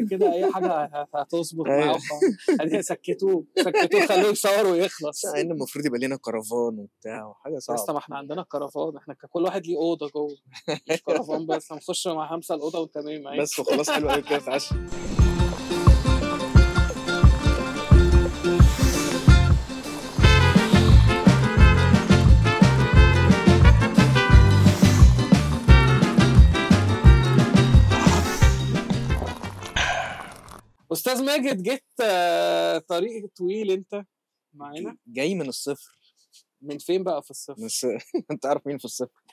كده اي حاجه هتظبط معاه أيوة. وخلاص. ادي سكتوه خلوه يصور ويخلص. ان المفروض يبقى لنا كرفان وبتاع وحاجه لسه صعبه. ما احنا عندنا كرفان، احنا كل واحد ليه اوضه جوه، مش كرفان بس هنخش مع همسه الاوضه وتمام عادي. بس وخلاص، حلو قوي كده اتعشى. استاذ ماجد، جيت طريق طويل انت معانا. جاي من الصفر. من فين بقى في الصفر؟ انت عارف مين في الصفر؟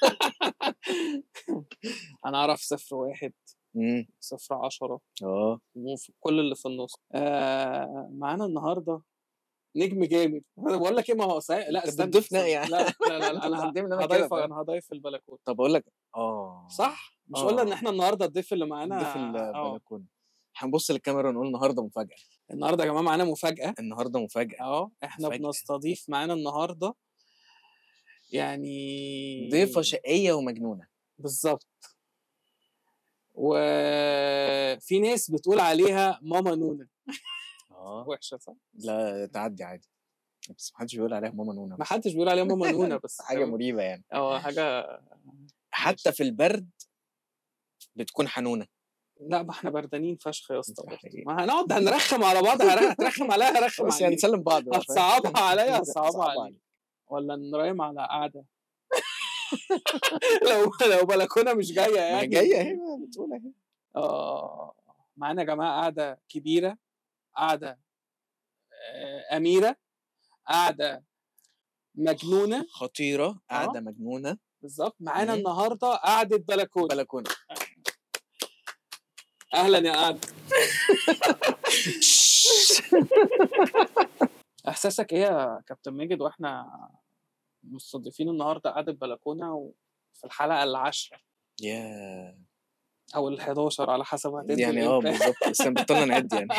انا اعرف 0 1 0 10 كل اللي في النص. معانا النهارده نجم جامد. انا بقول لك ايه، ما هو لا استنى بتضيفنا يعني. لا انا هضيف البلكونه. طب اقول لك صح، مش قلنا ان احنا النهارده الضيف اللي معانا ضيف البلكونه. هنبص للكاميرا ونقول النهارده مفاجاه. النهارده يا جماعه معانا مفاجاه. النهارده مفاجاه. احنا بنستضيف معانا النهارده يعني ضيفه شقيه ومجنونه بالظبط. وفي ناس بتقول عليها ماما نونا. وحشه صح؟ لا تعدي عادي، بس محدش بيقول عليها ماما نونا. محدش بيقول عليها ماما نونا بس حاجه مريبه يعني. حاجه حتى في البرد بتكون حنونه. لا، ما احنا بردانين فشخ يا اسطى. ما هنقعد هنرخم على بعض، هترخم عليا هرخم عليك، بس يعني نسلم بعض. هتصعبها عليا هتصعبها عليك، ولا نرايم على قعده. لو بلكونه مش جايه يعني. ما جايه اهي، بتقول اهي. معانا يا جماعه قعده كبيره، قعده اميره، قعده مجنونه خطيره، قعده مجنونه بالظبط. معانا النهارده قعده بلكونه. اهلا يا قعده. احساسك ايه يا كابتن ماجد واحنا مستضيفين النهارده قعده بلكونه وفي الحلقه 10 او 11 على حسب هتنزل يعني بالظبط، بس بطلنا نعد يعني.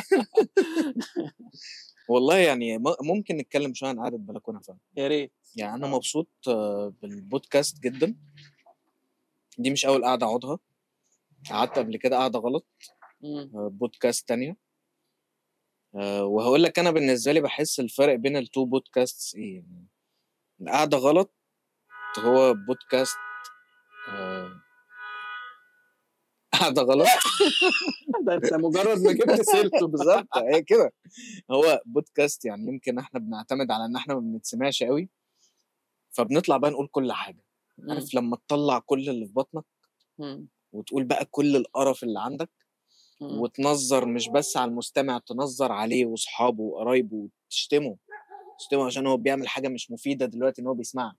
والله يعني ممكن نتكلم شويه عن قعده بلكونه فعلا. يا ريت. يعني انا مبسوط بالبودكاست جدا. دي مش اول قعده اقعدها، قعدت قبل كده قعده غلط بودكاست تانية. وهقول لك انا بالنسبه لي بحس الفرق بين التو بودكاست ايه. يعني القعده غلط هو بودكاست قعده غلط. ده انت مجرد ما جبت سيرته. بالظبط، هي كده. هو بودكاست يعني يمكن احنا بنعتمد على ان احنا ما بنتسمعش قوي، فبنطلع بقى نقول كل حاجه. عارف لما تطلع كل اللي في بطنك وتقول بقى كل القرف اللي عندك وتنظر مش بس على المستمع، تنظر عليه واصحابه وقرايبه وتشتمه عشان هو بيعمل حاجه مش مفيده دلوقتي ان هو بيسمعك.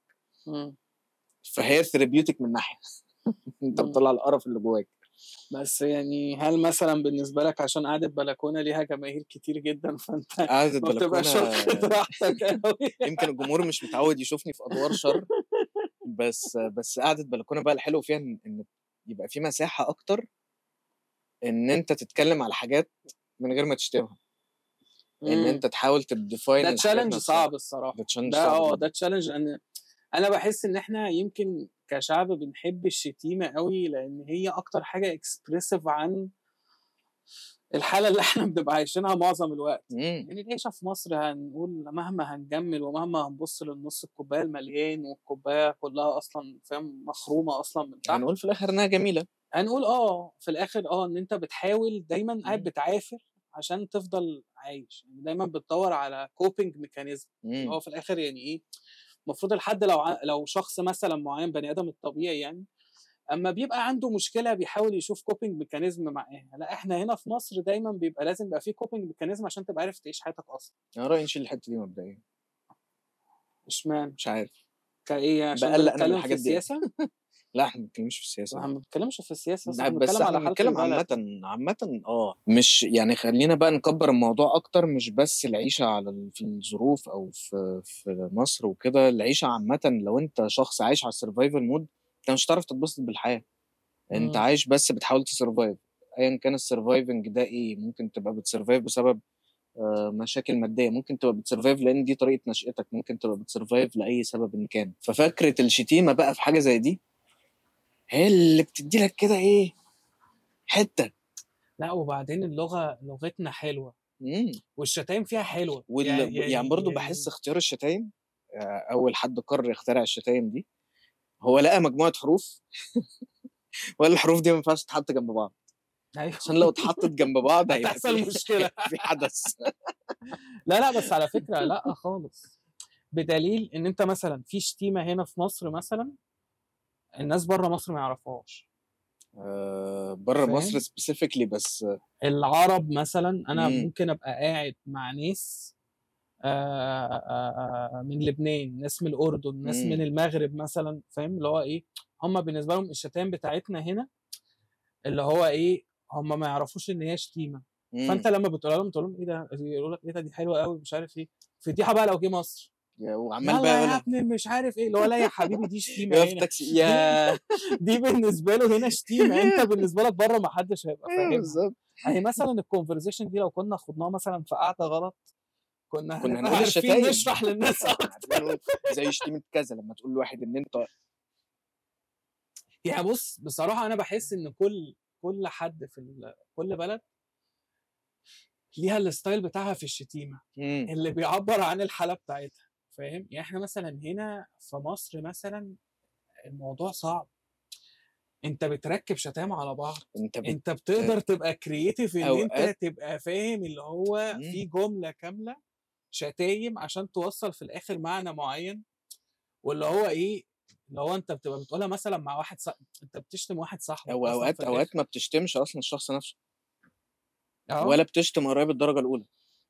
فهي ثيرابيوتيك من ناحيه. انت بتطلع القرف اللي جواك. بس يعني هل مثلا بالنسبه لك عشان قعده بلكونه ليها جماهير كتير جدا فانت قعده بلكونه راحتك قوي؟ يمكن الجمهور مش متعود يشوفني في ادوار شر، بس قعده بلكونه بقى الحلو فيها ان يبقى في مساحه اكتر ان انت تتكلم على حاجات من غير ما تشتمها. ان انت تحاول تديفاين. ده تشالنج صعب الصراحه. ده تشالنج. انا بحس ان احنا يمكن كشعب بنحب الشتيمه قوي لان هي اكتر حاجه اكسبريسيف عن الحاله اللي احنا بنبقى عايشينها معظم الوقت. يعني العيشه في مصر هنقول مهما هنجمل ومهما هنبص للنص الكوبايه المليان والكوبايه كلها اصلا فاهم مخرومه اصلا من تحت، هنقول في الاخر انها جميله. هنقول في الاخر ان انت بتحاول دايما قاعد بتعافر عشان تفضل عايش. يعني دايما بتدور على كوبينج ميكانيزم. هو في الاخر يعني ايه المفروض الحد لو شخص مثلا معين بني ادم الطبيعي يعني اما بيبقى عنده مشكله بيحاول يشوف كوبينج ميكانيزم معاها. لا احنا هنا في مصر دايما بيبقى لازم يبقى فيه كوبينج ميكانيزم عشان تبقى عارف تعيش حياتك اصلا. انا رايي نشيل الحته دي مبدئيا. اشمعنى؟ مش عارف. كايه عشان بنتكلم في السياسه؟ لا احنا ما بنتكلمش في السياسه. احنا ما بنتكلمش في السياسه بس احنا بنتكلم عامه. مش يعني خلينا بقى نكبر الموضوع اكتر. مش بس العيشه في الظروف او في مصر وكده. العيشه عامه لو انت شخص عايش على السرفايفل مود انت مش هتعرف تتبسط بالحياه. انت عايش بس بتحاول تسرفايف. ايا كان السرفايفنج ده ايه. ممكن تبقى بتسرفايف بسبب مشاكل ماديه، ممكن تبقى بتسرفايف لان دي طريقه نشأتك، ممكن تبقى بتسرفايف لاي سبب إن كان. ففكره الشتيمه بقى في حاجه زي دي هي اللي بتدي لك كده ايه حته لا وبعدين لغتنا حلوه امم والشتايم فيها حلوه يعني يعني برضه بحس اختيار الشتايم، اول حد قرر يخترع الشتايم دي هو لقى مجموعه حروف ولا الحروف دي ما ينفعش تتحط جنب بعض، ايوه عشان لو اتحطت جنب بعض هيبقى هتحصل مشكله. هيبقى في حدث. لا بس على فكره لا خالص، بدليل ان انت مثلا في شتيمه هنا في مصر مثلا الناس بره مصر ما يعرفوهاش. بره مصر فاهم؟ سبيسيفيكلي بس. العرب مثلا انا امم ممكن ابقى قاعد مع ناس من لبنان، ناس من الاردن، ناس امم من المغرب مثلا، فاهم اللي هو ايه، هم بالنسبه لهم الشتائم بتاعتنا هنا اللي هو ايه، هم ما يعرفوش ان هي شتيمه. فانت امم لما بتقول لهم تقول لهم ايه ده، يقول لك ايه ده دي حلوه قوي مش عارف ايه، فضيحه بقى لو جه مصر وعمال بقى يلا يا يقولها ابني مش عارف ايه، اللي هو لا يا حبيبي دي شتيمه يقف هنا. تاكسي دي يا دي بالنسبه له هنا شتيمه، انت بالنسبه لك بره ما حدش هيبقى فاهمها. بالظبط. اهي مثلا الكونفرزيشن دي لو كنا خدناها مثلا في قعده غلط كنا كنا هنبقى هنقول عارفين الشتايم. نشرح للناس عارفين نقول زي شتيمة كذا لما تقول لواحد ان انت. يعني بص بصراحه انا بحس ان كل حد في كل بلد ليها الستايل بتاعها في الشتيمه امم اللي بيعبر عن الحاله بتاعتها. فاهم؟ يعني احنا مثلا هنا في مصر مثلا الموضوع صعب، انت بتركب شتام على بعض، انت انت بتقدر تبقى كرييتيف ان انت اوقات. تبقى فاهم اللي هو مم. في جمله كامله شتايم عشان توصل في الاخر معنى معين، واللي هو ايه، اللي هو انت بتبقى بتقولها مثلا مع انت بتشتم واحد صاحبك او اصلا في اوقات الاخر. ما بتشتمش اصلا الشخص نفسه، اه ولا بتشتم قرايب الدرجه الاولى.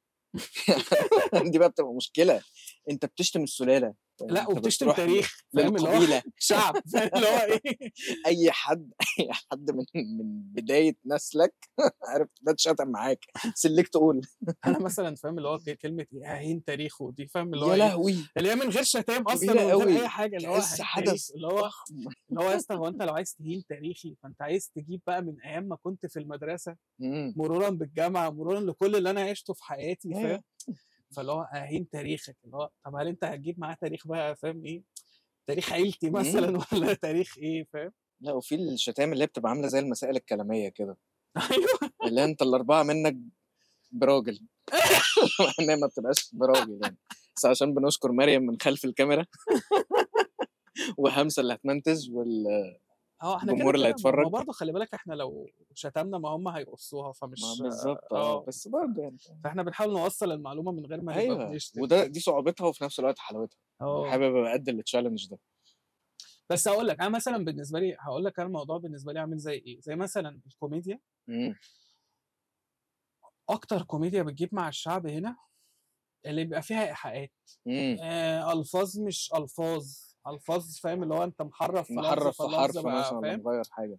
دي بقى بتبقى مشكله. انت بتشتم السلاله، فاهم؟ لا انت وبتشتم بتروح تاريخ، فاهم اللي هو للقبيله. شعب، فاهم اللي هو ايه. اي حد من بدايه نسلك عارف ده اتشتم معاك سلك تقول. انا مثلا فاهم اللي هو كلمه ايه هين تاريخه دي، فاهم اللي هو يا ايه، لهوي اللي هي من غير شتام اصلا كبيره ومن غير اي قوي، حاجه، اللي هو تحس هين تاريخ، حدث اللي هو ضخم. يا اسطى هو انت لو عايز تهين تاريخي فانت عايز تجيب بقى من ايام ما كنت في المدرسه امم مرورا بالجامعه مرورا لكل اللي انا عشته في حياتي، ايوه. فاهم؟ فاللي هو اهين تاريخك، اللي هو طب هل انت هتجيب معاه تاريخ بقى، فاهم ايه، تاريخ عيلتي امم مثلا ولا تاريخ ايه، فاهم؟ لا، وفي الشتائم اللي هي بتبقى عامله زي المسائل الكلاميه كده، ايوه اللي انت الاربعه منك براجل. مع انها ما بتبقاش براجل يعني، بس عشان بنشكر مريم من خلف الكاميرا وهمسه اللي هتمنتج اه احنا كده والجمهور اللي كده ما هيتفرج. برضه خلي بالك احنا لو شتمنا ما هم هيقصوها ما فمش بالظبط اه بس برضه يعني. فاحنا بنحاول نوصل المعلومه من غير ما نبقى ايوه، بنشتم دي كده. صعوبتها وفي نفس الوقت حلاوتها. انا اه حابب ابقى قد التشالنج ده. بس هقول لك انا مثلا بالنسبه لي، هقول لك انا الموضوع بالنسبه لي عامل زي ايه، زي مثلا الكوميديا. امم اكتر كوميديا بتجيب مع الشعب هنا اللي بيبقى فيها ايحاءات، امم الفاظ مش الفاظ، فاهم اللي هو انت محرف في لفظ نحرف في فاللفظ حرف بقى، مثلا ولا فاهم؟ نغير حاجه.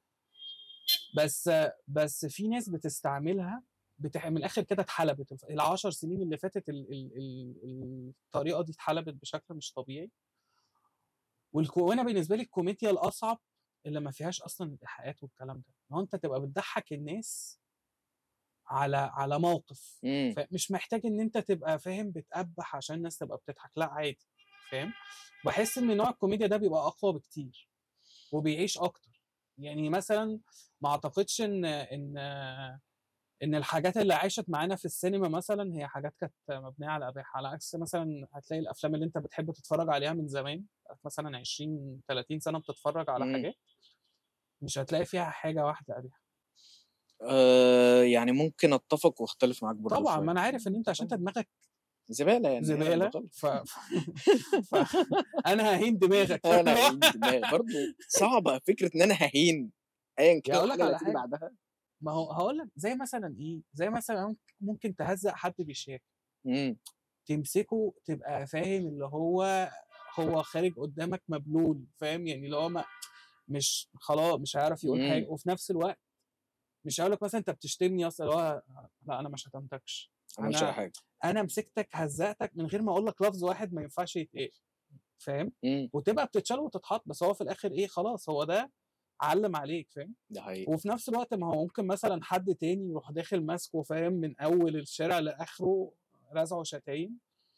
بس في ناس بتستعملها من الاخر كده اتحلبت ال10 سنين اللي فاتت الطريقه دي اتحلبت بشكل مش طبيعي. وانا بالنسبه لي الكوميديا الاصعب اللي ما فيهاش اصلا الايحاءات والكلام ده، هو انت تبقى بتضحك الناس على موقف، امم فمش محتاج ان انت تبقى فاهم بتقبح عشان الناس تبقى بتضحك، لا عادي، فاهم؟ بحس ان نوع الكوميديا ده بيبقى اقوى بكتير وبيعيش اكتر. يعني مثلا ما اعتقدش ان الحاجات اللي عاشت معانا في السينما مثلا هي حاجات كانت مبنيه على اباحه، على عكس مثلا هتلاقي الافلام اللي انت بتحب تتفرج عليها من زمان مثلا 20 30 سنه بتتفرج على امم حاجات مش هتلاقي فيها حاجه واحده اباحه. يعني ممكن اتفق واختلف معاك برضو طبعا ما شويه. انا عارف ان انت عشان انت دماغك زباله يعني هي زباله بغلط. ف... انا ههين دماغك، فاهم؟ انا ههين دماغي برضو صعبه فكره ان انا ههين ايا يا كان اقول الحاجه لك اللي على هتيجي حاجه، بعدها. ما هو هقول لك زي مثلا ايه، زي مثلا ممكن تهزق حد بشياكه، امم تمسكه تبقى فاهم اللي هو خارج قدامك مبلول، فاهم يعني اللي هو مش خلاص مش هيعرف يقول حاجه، امم وفي نفس الوقت مش هيقول لك مثلا انت بتشتمني اصلا، اللي هو لا انا ما شتمتكش، ما عملش اي انا حاجه. انا مسكتك هزقتك من غير ما اقول لك لفظ واحد ما ينفعش يتقال، فاهم؟ امم وتبقى بتتشال وتتحط، بس هو في الاخر ايه، خلاص هو ده علم عليك، فاهم؟ ده حقيقي. وفي نفس الوقت ما هو ممكن مثلا حد تاني يروح داخل ماسكه، فاهم، من اول الشارع لاخره رزعه شتايم،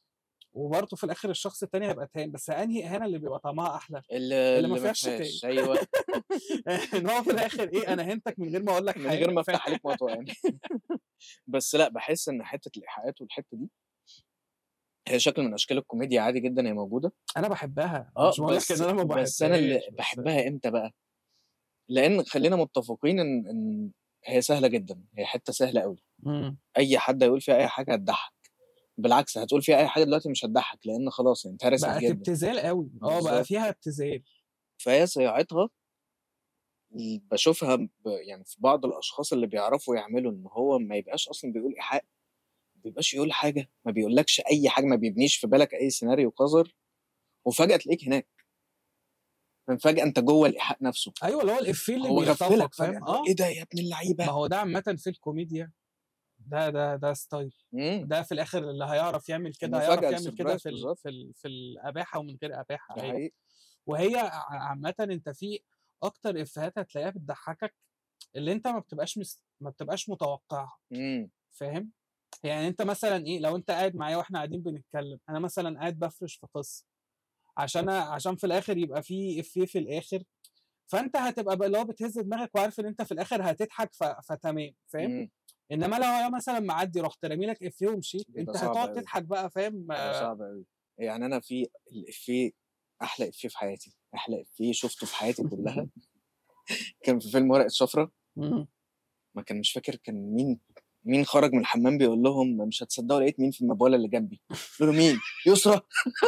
وبرضه في الاخر الشخص التاني هيبقى تهان، بس انهي اهانه اللي بيبقى طعمها احلى؟ اللي اللي ما اللي ما فيهاش شتايم. فيهاش أيوه. ان هو في الاخر ايه، انا هنتك من غير ما اقول لك من غير حاجه، ما فاهم؟ أفتح عليك مطوة يعني. بس لأ، باحس إن حتّة الإيحاءات والحتّة دي هي شكل من أشكال الكوميديا عادي جدًا، هي موجودة. انا بحبها، مش بقول لك ان انا ما بس أنا اللي بحبهاش، بس باحبها إمتى بقى؟ لإن خلّينا متّفقين إن هي سهلة جدًا، هي حتّة سهلة أوي، امم أي حد هيقول فيها أي حاجة هتضحّك، بالعكس هتقول فيها أي حاجة دلوقتي مش هتضحّك، لإن خلاص هي اتهرست بقت جدًا. ابتذال قوي، بقى بالضبط. فيها ابتذال. فهي صياعتها باشوفها يعني في بعض الأشخاص اللي بيعرفوا يعملوا إن هو ما يبقاش أصلًا بيقول إيحاء، ما بيبقاش يقول حاجة، ما بيقولكش أي حاجة، ما بيبنيش في بالك أي سيناريو قذر، وفجأة تلاقيك هناك، فجأة أنت جوّه الإيحاء نفسه، ايوه، اللي هو الافيه اللي هو غفّلك بيخطفك، فجأة، فاهم؟ اللي هو إيه ده يا ابن اللعيبة! ما هو ده عامه في الكوميديا، ده ستايل. إمم. ده في الاخر اللي هيعرف يعمل كده المفاجأة هيعرف يعمل كده الsurprise بالضبط. في الاباحه ومن غير اباحه ده عادي. حقيقي. وهي عامه انت في اكتر افيهات هتلاقيها بتضحكك، اللي انت ما بتبقاش متوقعها، إمم. فاهم؟ يعني انت مثلا ايه، لو انت قاعد معايا واحنا قاعدين بنتكلم، انا مثلا قاعد بفرش في قصه عشان في الاخر يبقى في افيه في الاخر، فانت هتبقى بقى اللي هو بتهز دماغك وعارف ان انت في الاخر هتضحك، فتمام، فاهم؟ إمم. انما لو انا مثلا معدي رحت رامي لك افيه ومشيت، بيبقى انت صعب هتقعد أوي، تضحك بقى، فاهم؟ بيبقى صعب أوي. يعني أنا في الإفيه أحلى إفيه في حياتي، أحلى إفيه شُفته في حياتي كلّها، كان في فيلم ورقة شفرة. إمم. ما كان مش فاكر كان مين خرج من الحمام بيقول لهم: "مش هتصدقوا لقيت مين في المبولة اللي جنبي." قالوا له: "مين؟ يسرا؟"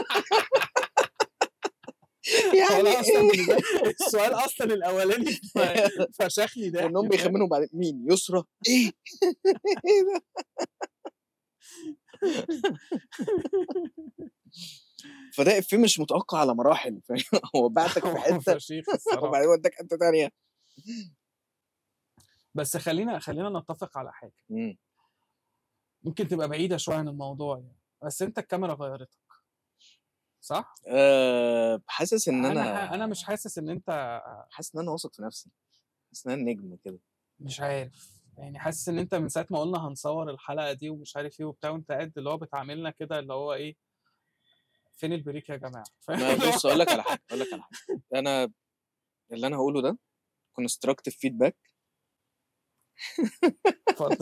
هو يعني أنا أصلًا إيه؟ بالنسبة لي السؤال أصلًا الأولاني فشخني ضحك، وإنهم فاهم؟ بيخمنوا بعدين مين؟ يسرا؟ إيه؟ إيه ده؟ فده إفيه مش متوقع على مراحل فاهم؟ هو بعتك في هو حتة فشيخ الصراحة. وبعدين وداك حتة تانية. بس خلّينا نتفق على حاجة، إمم. ممكن تبقى بعيدة شوية عن الموضوع يعني، بس أنت الكاميرا غيّرتك، صح؟ حاسس إن أنا مش حاسس إن أنت، حاسس إن أنا واثق في نفسي، حاسس إن أنا نجم كده. مش عارف، يعني حاسس إن أنت من ساعة ما قُلنا هنصوّر الحلقة دي ومش عارف إيه وبتاع، وأنت قاعد اللي هو بتعاملنا كده اللي هو إيه، فين البريك يا جماعة؟ فاهم ما اللي هو بُص أقول لك على حاجة، أنا اللي أنا هاقوله ده constructive feedback. اتفضل.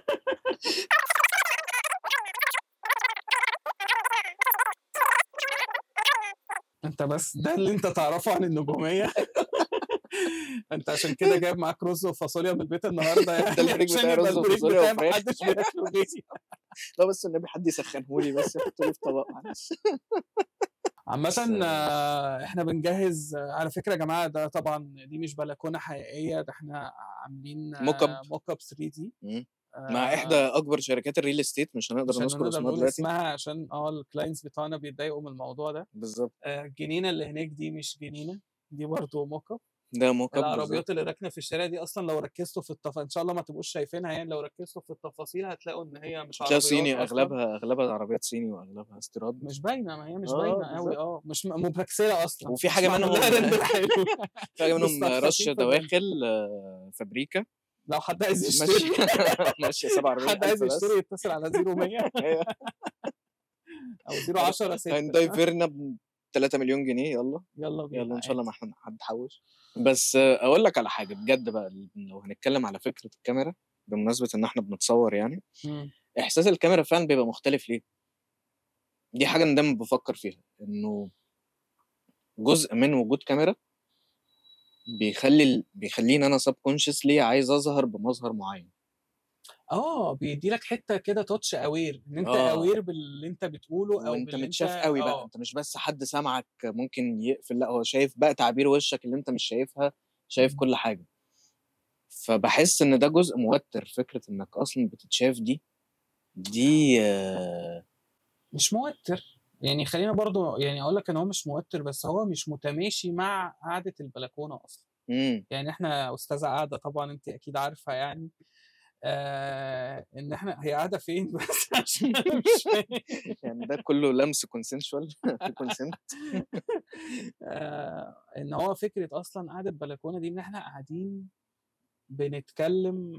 أنت بس ده اللي أنت تعرفه عن النجومية؟ أنت عشان كده جايب معاك رز وفاصوليا من البيت النهارده ده يعني البريك عشان بتاعي يبقى رز البريك وفاصوليا بتاعي ما وفراخ. حدش بياكله غيري. لا بس النبي حد يسخّنه لي بس يحط لي في طبق معلش. بس عامةً إحنا بنجهّز على فكرة يا جماعة، ده طبعًا دي مش بلكونة حقيقية، ده إحنا عاملين mock up. mock up 3D إمم. مع إحدى آآ أكبر شركات الreal estate مش مش هنقدر نذكر هنقدر اسمها نقول دلوقتي. اسمها عشان الclients بتوعنا بيتضايقوا من الموضوع ده. بالضبط. الجنينة اللي هناك دي مش جنينة، دي برضه mock up. ده mock up بالضبط. العربيات اللي راكنة في الشارع دي أصلًا لو ركّزتوا إن شاء الله ما تبقوش شايفينها يعني، لو ركّزتوا في التفاصيل هتلاقوا إن هي مش هتلاقيها عربيات صيني أصلًا، أغلبها عربيات صيني وأغلبها استيراد. مش باينة، ما هي مش آه، باينة أوي، بالضبط. مش مبركسلة أصلًا، وفي مش حاجة معمول لها منهم render حلو. في حاجة منهم رش مسترخصين في دواخل فابريكا لو حد عايز ماشية يشتري ماشية حد 47,000 عايز يشتري بس. يتصل على 0100 أيوه. أو 010 6. هيونداي فيرنا ب3.000.000 جنيه يالّا. يالّا بينا يالّا إن شاء الله عادي. ما حد حوّش. بس أقول لك على حاجة بجد بقى لو هنتكلم على فكرة الكاميرا، بمناسبة إن إحنا بنتصوّر يعني، إمم. إحساس الكاميرا فعلًا بيبقى مختلف ليه؟ دي حاجة أنا دايمًا بافكّر فيها، إنه جزء من وجود كاميرا بيخلّيني أنا subconsciously عايز أظهر بمظهر معيّن. بيدّي لك حتّة كده touch aware إن أنت آه. aware باللي أنت بتقوله أو وأنت باللي أنت متشاف أوي بقى، أنت مش بس حد سامعك ممكن يقفل، لأ هو شايف بقى تعابير وشّك اللي أنت مش شايفها، شايف إمم. كل حاجة. فباحس إن ده جزء موتّر، فكرة إنك أصلًا بتتشاف دي مش موتِّر، يعني خلّيني برضه يعني أقول لك إن هو مش موتِّر، بس هو مش متماشي مع قعدة البلكونة أصلًا. إمم. يعني إحنا أستاذة قاعدة طبعًا أنتِ أكيد عارفة يعني، إن إحنا هي قاعدة فين بس عشان أنا مش فاهم. يعني ده كلّه لمس consensual في consent. إن هو فكرة أصلًا قعدة بلكونة دي إن إحنا قاعدين بنتكلّم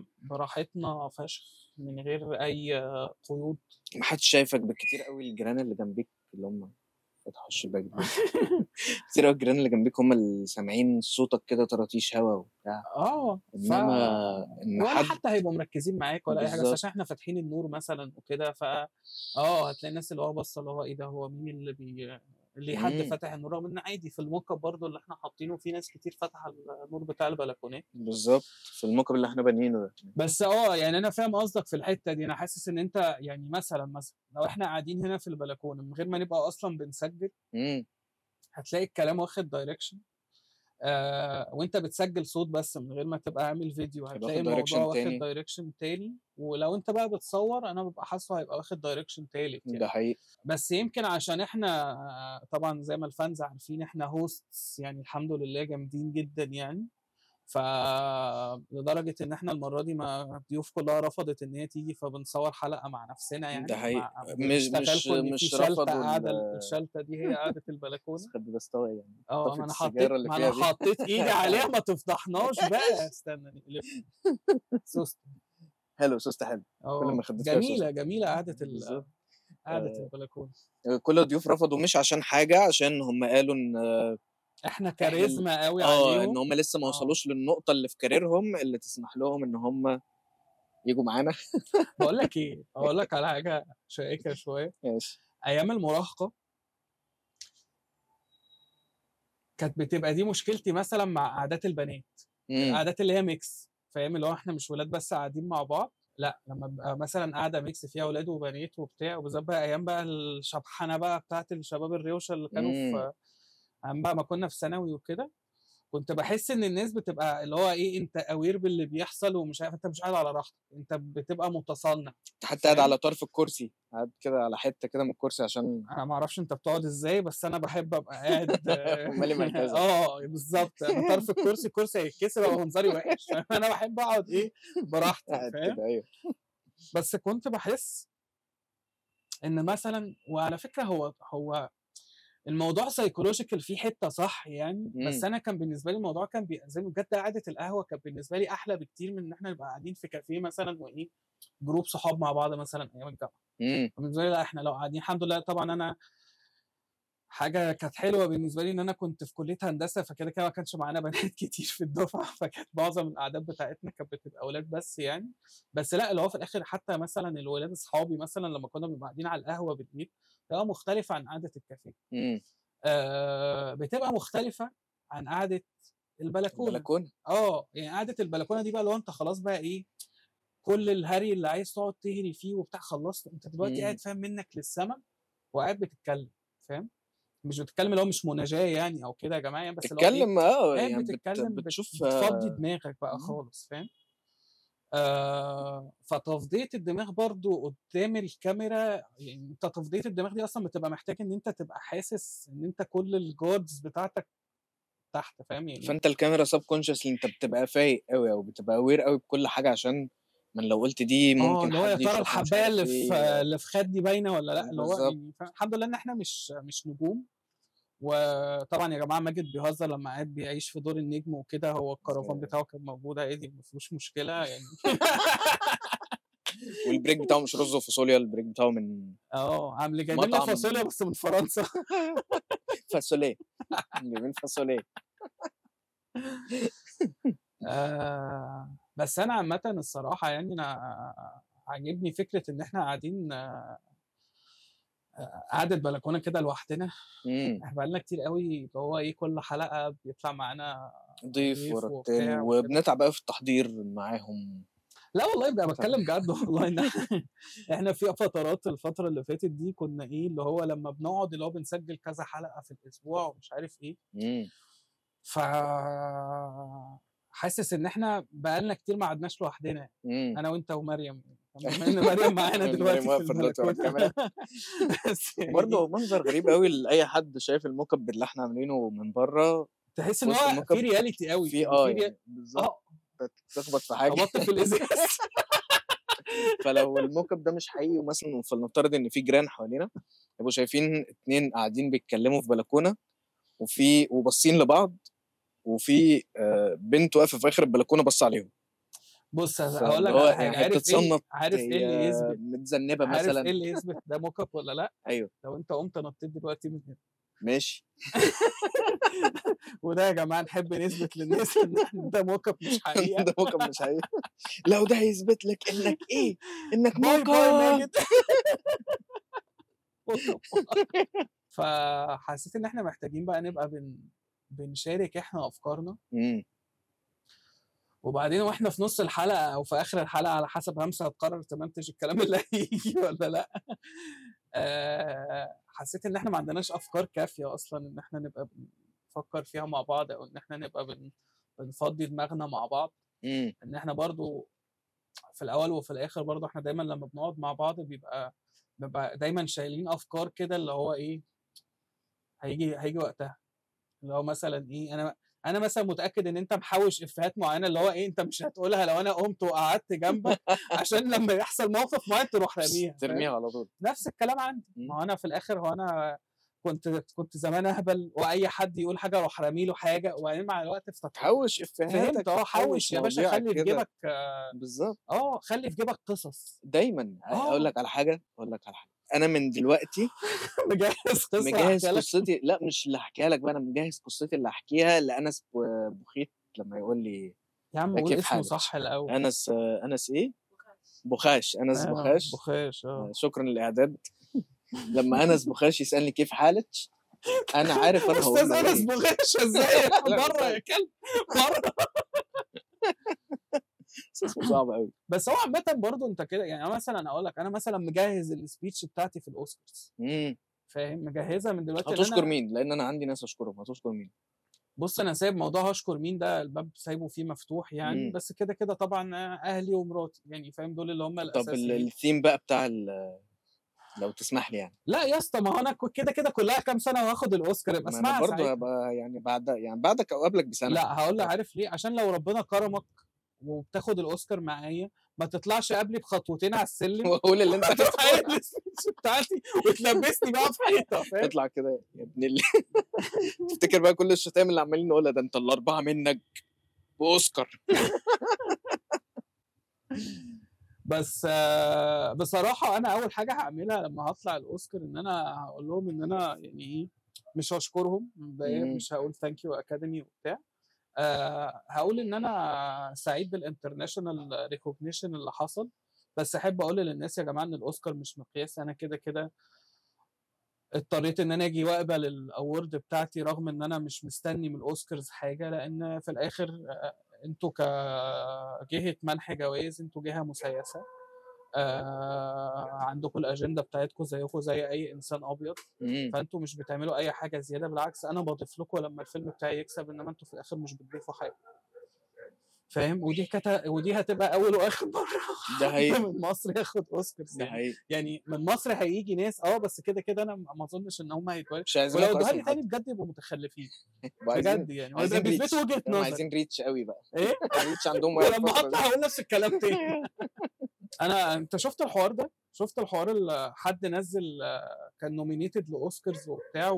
براحتنا فشخ من غير أي قيود. ما حدش شايفك، بالكتير أوي الجيران اللي جنبيك اللي هم فتحوا الشباك دول كتير قوي الجيران اللي جنبيك هم اللي سامعين صوتك كده طراطيش هوا وبتاع، انما ان ولا حد حتى هيبقوا مركزين معاك ولا اي حاجه، بس بالظبط عشان احنا فاتحين النور مثلا وكده، هتلاقي الناس اللي هو بص اللي هو ايه ده، هو مين اللي حد فتح النور، رغم ان عادي في الموك اب برضه اللي احنا حاطينه في ناس كتير فاتحه النور بتاع البلكونات بالظبط في الموقف اللي احنا بانيينه ده. بس يعني انا فاهم قصدك في الحته دي. انا حاسس ان انت يعني مثلا لو احنا قاعدين هنا في البلكونه من غير ما نبقى اصلا بنسجل، هتلاقي الكلام واخد دايركشن، وانت بتسجل صوت بس من غير ما تبقى عامل فيديو، هتلاقي الموضوع واخد دايركشن تاني، ولو انت بقى بتصور انا ببقى حاسه هيبقى واخد دايركشن تالت يعني. ده حقيقي. بس يمكن عشان احنا طبعا زي ما الفانز عارفين احنا هوستس يعني الحمد لله جامدين جدا يعني، لدرجه ان احنا المره دي ما الضيوف كلها رفضت ان هي تيجي، فبنصور حلقه مع نفسنا يعني. ده حقيقي. مش رفضوا الشلته دي هي قعده البلكونه. بس خد بستوعب يعني ما انا حطيت ايدي عليها ما تفضحناش بقى. استنى نقلب سوست حلو، سوست حلو. كل ما خدت جميله قعده البلكونه. كل الضيوف رفضوا مش عشان حاجه، عشان هم قالوا ان احنا كاريزما قوي عليهم، ان هم لسه ما وصلوش للنقطه اللي في كاريرهم اللي تسمح لهم ان هم يجوا معانا. بقول لك ايه، اقول لك على حاجه شائكه شويه. ماشي. ايام المراهقه كانت بتبقى دي مشكلتي مثلا مع قعدات البنات، القعدات اللي هي ميكس، فاهم؟ اللي هو احنا مش ولاد بس قاعدين مع بعض، لا لما بقى مثلا قاعده ميكس فيها ولاد وبنات وبتاع، وبالذات بقى ايام بقى الشبحنه بقى بتاعت الشباب الروشه اللي كانوا في ايام بقى ما كنا في ثانوي وكده، كنت بحس ان الناس بتبقى اللي هو ايه، انت اوير باللي بيحصل ومش عارف، انت مش قاعد على راحتك، انت بتبقى متصنع، حتى قاعد على طرف الكرسي، قاعد كده على حته كده من الكرسي، عشان انا ما اعرفش انت بتقعد ازاي، بس انا بحب ابقى قاعد مالي مركزك. بالظبط، انا طرف الكرسي هيتكسر او منظري وحش، انا بحب اقعد ايه براحتي، فاهم؟ ايوه. بس كنت بحس ان مثلا، وعلى فكره هو الموضوع سايكولوجيكال في حته صح يعني، بس انا كان بالنسبه لي الموضوع كان بيأذني بجد. قعده القهوه كانت بالنسبه لي احلى بكتير من ان احنا نبقى قاعدين في كافيه مثلا وايه، جروب صحاب مع بعض مثلا ايام الجامعه. بالنسبه لي لا، احنا لو قاعدين الحمد لله طبعا، انا حاجه كانت حلوه بالنسبه لي ان انا كنت في كليه هندسه، فكده كده ما كانش معانا بنات كتير في الدفعه، فكانت معظم القعدات بتاعتنا كانت بتبقى اولاد بس يعني. بس لا، اللي هو في الاخر حتى مثلا الولاد اصحابي مثلا لما كنا بنبقى قاعدين على القهوه بالليل، بتبقى مختلفه عن قعده الكافيه. بتبقى مختلفه عن قعده البلكونه. يعني قعده البلكونه دي بقى لو انت خلاص بقى ايه، كل الهري اللي عايز تقعد تهري فيه وبتاع خلصت، انت دلوقتي قاعد فاهم منك للسما وقاعد بتتكلم، فاهم؟ مش بتتكلم اللي هو مش مناجاه يعني او كده يا جماعه يعني، بس اللي هو بتتكلم يعني بتتكلم بتشوف بتفضي دماغك بقى خالص، فاهم؟ فتفضيه الدماغ برضو قدام الكاميرا، يعني انت تفضيه الدماغ دي اصلا بتبقى محتاج ان انت تبقى حاسس ان انت كل الجودز بتاعتك تحت، فاهم يعني؟ فانت الكاميرا سب كونشسلي انت بتبقى فايق قوي او بتبقى اوير قوي بكل حاجه، عشان من لو قلت دي ممكن اللي هو يا حد ترى يشوفها الحبايه اللي في خدي باينه ولا لا، اللي هو بالظبط. يعني الحمد لله ان احنا مش نجوم. وطبعا يا جماعه ماجد بيهزر لما قاعد بيعيش في دور النجم وكده، هو الكرفان بتاعه كان موجود عادي، ما فيهوش مشكله يعني. والبريك بتاعه مش رز وفاصوليا، البريك بتاعه من عامل جايبين لنا فاصوليا بس من فرنسا. فاصوليا، جايبين فاصوليا. بس انا عامه الصراحه يعني انا عاجبني فكره ان احنا قاعدين قعدة بلكونه كده لوحدنا. احنا بقالنا كتير قوي اللي هو ايه، كل حلقه بيطلع معانا ضيف ورا التاني، وبنتعب قوي في التحضير معاهم. لا والله بقى بتكلم جد والله ان احنا في فترات الفتره اللي فاتت دي كنا ايه اللي هو لما بنقعد اللي هو بنسجل كذا حلقه في الاسبوع ومش عارف ايه. ف حاسس ان احنا بقالنا كتير ما قعدناش لوحدنا، انا وانت ومريم، بما ان مريم معانا دلوقتي في البلكونه. برضه منظر غريب قوي لاي حد شايف الموك اب اللي احنا عاملينه من بره، تحس ان هو في رياليتي قوي، في يعني بالظبط تخبط في حاجه، خبطت في الازاز. فلو الموك اب ده مش حقيقي، ومثلا فلنفترض ان في جيران حوالينا يبقوا شايفين 2 قاعدين بيتكلموا في بلكونه وباصين لبعض، وفي بنت واقفه في اخر البلكونه باصه عليهم، بص هقول فاللي لك هو على يعني حاجه، عارف بتصنط ايه اللي هي يثبت متذنبه عارف ايه مثلا. اللي يثبت ده موك اب ولا لا؟ ايوه لو انت قمت نطيت دلوقتي من هنا. ماشي. وده يا جماعه نحب نثبت للناس ان ده موك اب مش حقيقه. ده موك اب مش حقيقي. لو ده هيثبت لك انك ايه، انك باي موك باي اب. ماجد. فحسيت ان احنا محتاجين بقى نبقى بنشارك احنا افكارنا. وبعدين واحنا في نص الحلقه او في اخر الحلقه على حسب همسه هتقرر تمنتج الكلام اللي هيجي ولا لا. حسيت ان احنا ما عندناش افكار كافيه اصلا ان احنا نبقى بنفكر فيها مع بعض، او ان احنا نبقى بنفضي دماغنا مع بعض. ان احنا برضو في الاول وفي الاخر برضو احنا دايما لما بنقعد مع بعض بيبقى دايما شايلين افكار كده اللي هو ايه، هيجي وقتها. اللي هو مثلا ايه، انا مثلا متاكد ان انت محوش افيهات معينه اللي هو ايه انت مش هتقولها لو انا قمت وقعدت جنبك عشان لما يحصل موقف معين تروح راميها، ترميها على طول. نفس الكلام عندي. ما هو انا في الاخر هو انا كنت زمان اهبل واي حد يقول حاجه اروح رامي له حاجه، وبعدين مع الوقت حوش افيهاتك، فهمت. حوش يا باشا، خلي في جيبك. بالظبط. خلي في جيبك قصص دايما. اقول لك على حاجه، انا من دلوقتي مجهز قصتي. لا مش اللي هحكيها لك بقى، انا مجهز قصتي اللي هحكيها لانس بوخيت لما يقول لي يا عم قول اسمه صح الاول. انس ايه؟ بوخاش. انس بوخاش. شكرا للاعداد. لما انس بوخاش يسالني كيف حالك، انا عارف انا هقول له استاذ انس بوخاش ازاي؟ بره يا كلب بره. اسمه صعب قوي. بس هو عامه برضه انت كده يعني. مثلا اقول لك انا مثلا مجهز السبيتش بتاعتي في الاوسكارز. فاهم؟ مجهزها من دلوقتي. هتشكر مين؟ لان انا عندي ناس اشكرهم. هتشكر مين؟ بص انا سايب موضوع هشكر مين ده، الباب سايبه فيه مفتوح يعني. بس كده كده طبعا اهلي ومراتي يعني، فاهم؟ دول اللي هم الاساسيين. طب الثيم بقى بتاع لو تسمح لي يعني. لا يا اسطى، ما هو انا كده كده كلها كام سنه وهاخد الاوسكار، يبقى اسمعها. انا برضه هبقى يعني بعدك او قبلك بسنه. لا هقول لك عارف ليه؟ عشان لو ربنا كرمك وبتاخد الاوسكار معايا ما تطلعش قبلي بخطوتين على السلم واقول اللي انت تتحيل السبيتش بتاعتي وتلبسني بقى في حيطه، فاهم؟ اطلع كده يا ابن اللي تفتكر بقى كل الشتايم اللي عمالين نقولها ده انت الاربعه منك باوسكار. بس بصراحه انا اول حاجه هعملها لما هطلع الاوسكار ان انا هقول لهم ان انا يعني ايه، مش هشكرهم مش هقول ثانك يو اكاديمي وبتاع. هقول ان انا سعيد بالانترناشونال ريكوجنيشن اللي حصل. بس احب اقول للناس يا جماعه ان الاوسكار مش مقياس. انا كده كده اضطريت ان انا اجي واقبل الاورد بتاعتي رغم ان انا مش مستني من الاوسكارز حاجه، لان في الاخر انتوا كجهه منح جوائز انتوا جهه مسيسه. عندكم الاجنده بتاعتكم زيكم زي اي انسان ابيض. فانتوا مش بتعملوا اي حاجه زياده، بالعكس انا بضيف لكم لما الفيلم بتاعي يكسب، انما انتوا في الاخر مش بتضيفوا حاجه. فاهم؟ ودي هتبقى اول واخر مره ده حقيقي من مصر ياخد اوسكارز يعني من مصر هيجي ناس بس كده كده انا ما اظنش ان هم هيتولوا. ولو ادوها لي تاني بجد يبقوا متخلفين بجد يعني. عايزين بيثبتوا وجهه نظر. عايزين ريتش قوي بقى. ايه ريتش عندهم لما هطلع هقول نفس الكلام تاني. انت شفت الحوار ده؟ شفت الحوار اللي حد نزل كان نومينيتد لاوسكارز وبتاع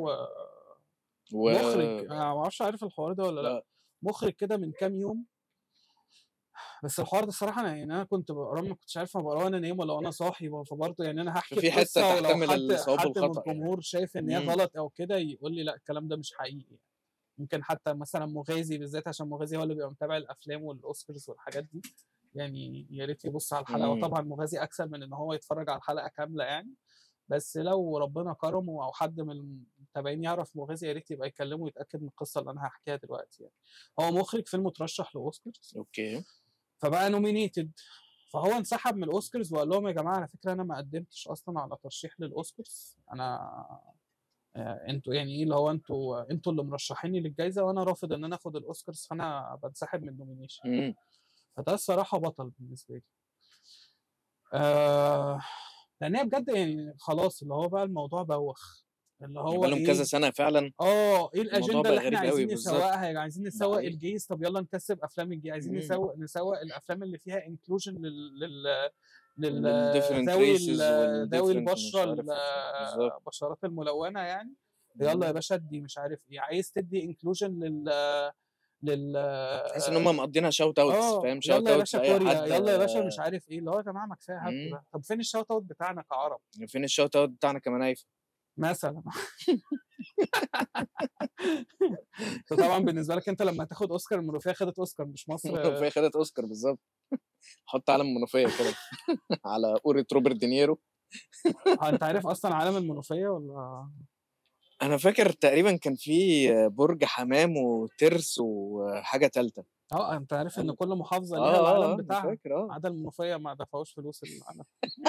مخرج ما اعرفش عارف الحوار ده ولا لا. مخرج كده من كام يوم. بس الحوار ده الصراحه انا كنت بقراه ما كنتش عارف بقراه انا نايم ولا انا صاحي. فبرضه يعني انا هحكي في حته ولو حد من الخطأ الجمهور يعني شايف ان هي غلط او كده يقول لي لا الكلام ده مش حقيقي يعني. ممكن حتى مثلا مغازي بالذات عشان مغازي هو اللي بيبقى متابع الافلام والاوسكارز والحاجات دي يعني يا ريت يبص على الحلقه. وطبعا مغازي اكثر من ان هو يتفرج على الحلقه كامله يعني. بس لو ربنا كرمه او حد من المتابعين يعرف مغازي يا ريت يبقى يكلمه ويتاكد من القصه اللي انا هحكيها دلوقتي يعني. هو مخرج فيلم مترشح لاوسكارز. اوكي. فبقى نومينيتد. فهو انسحب من الاوسكارز وقال لهم يا جماعه على فكره انا ما قدمتش اصلا على ترشيح للاوسكارز. انا انتوا يعني ايه اللي هو انتوا اللي مرشحيني للجائزه وانا رافض ان انا اخد الاوسكارز، فانا بنسحب من النومينيشن. فده الصراحه بطل بالنسبه لي. لان هي بجد يعني خلاص اللي هو بقى الموضوع بوخ. اللي هو بقالهم كذا سنه فعلا. ايه الاجنده اللي احنا عايزين نسوقها؟ عايزين نسوق الجيز، طب يلا نكسب افلام الجيز. عايزين نسوق الافلام اللي فيها انكلوجن ذوي البشره البشرات الملونه يعني. يلا يا باشا ادي مش عارف ايه. عايز تدي انكلوجن تحس ان هم مقضينها شاوت اوتس، فاهم؟ شاوت يلا يا اوتس باشا لاي كوريا، حد. يلا يا باشا مش عارف ايه، اللي هو يا جماعه ما كفايه هبد بقى. طب فين الشاوت اوت بتاعنا كعرب؟ فين الشاوت اوت بتاعنا كمنايف مثلا. طبعا بالنسبه لك انت لما هتاخد اوسكار، المنوفيه خدت اوسكار مش مصر. المنوفيه خدت اوسكار بالظبط. حط علم المنوفيه كده على قورة روبرت دينيرو. انت عارف اصلا علم المنوفيه ولا؟ انا فاكر تقريبا كان في برج حمام وترس وحاجه ثالثه. انت عارف ان كل محافظه ليها العلم بتاعها، فاكر عدا المنوفيه ما دفعوش فلوس العلم.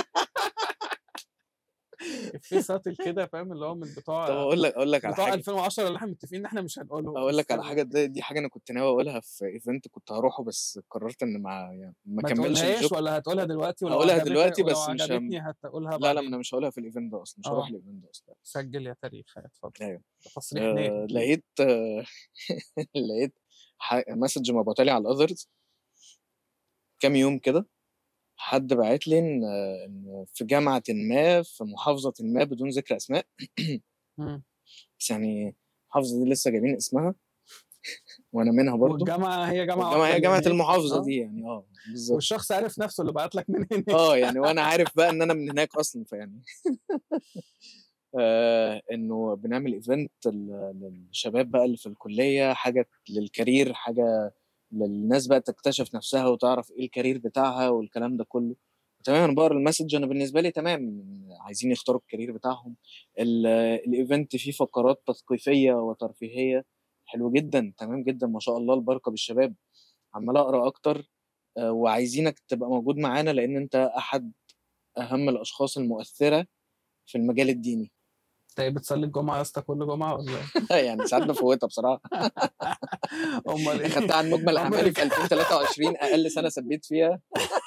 في ساتل كده، فاهم؟ اللي هو من بتوع طب اقول لك على بتوع حاجه. 2010 اللي احنا متفقين ان احنا مش هنقولهم. اقول لك على حاجه، دي حاجه انا كنت ناوي اقولها في ايفنت كنت هروحه، بس قررت ان ما كملش تقولهاش الجوك. ولا هتقولها دلوقتي؟ ولو هقولها عجبتك، دلوقتي ولو بس مش عجبتني هتقولها لا بعدين. انا مش هقولها في الايفنت ده اصلا، مش هروح الايفنت ده اصلا. سجل يا تاريخ، اتفضل. ايوه. تصريح نهائي. لقيت لقيت مسج مبعوتة لي على الاذرز كام يوم كده. حد بعت لي ان في جامعه ما في محافظه ما بدون ذكر اسماء بس يعني المحافظه دي لسه جايبين اسمها وانا منها برضو. والجامعه هي جامعه واحده، هي جامعه يعني المحافظه دي يعني. بالظبط. والشخص عارف نفسه اللي بعت لك من هناك. يعني وانا عارف بقى ان انا من هناك اصلا، فيعني انه بنعمل ايفنت للشباب بقى اللي في الكليه، حاجه للكارير، حاجه للناس بقى تكتشف نفسها وتعرف ايه الكارير بتاعها والكلام ده كله. تمام. انا بقرا المسج، انا بالنسبه لي تمام، عايزين يختاروا الكارير بتاعهم. الايفنت فيه فقرات تثقيفيه وترفيهيه حلو جدا، تمام جدا، ما شاء الله البركه بالشباب. عمال اقرا اكتر وعايزينك تبقى موجود معانا لان انت احد اهم الاشخاص المؤثره في المجال الديني. طيب بتصلي الجمعه يا اسطى كل جمعه ولا؟ يعني ساعات بفوتها بصراحه. امال ايه؟ خدتها عن مجمل اعمالي في 2023، اقل سنه ثبت فيها.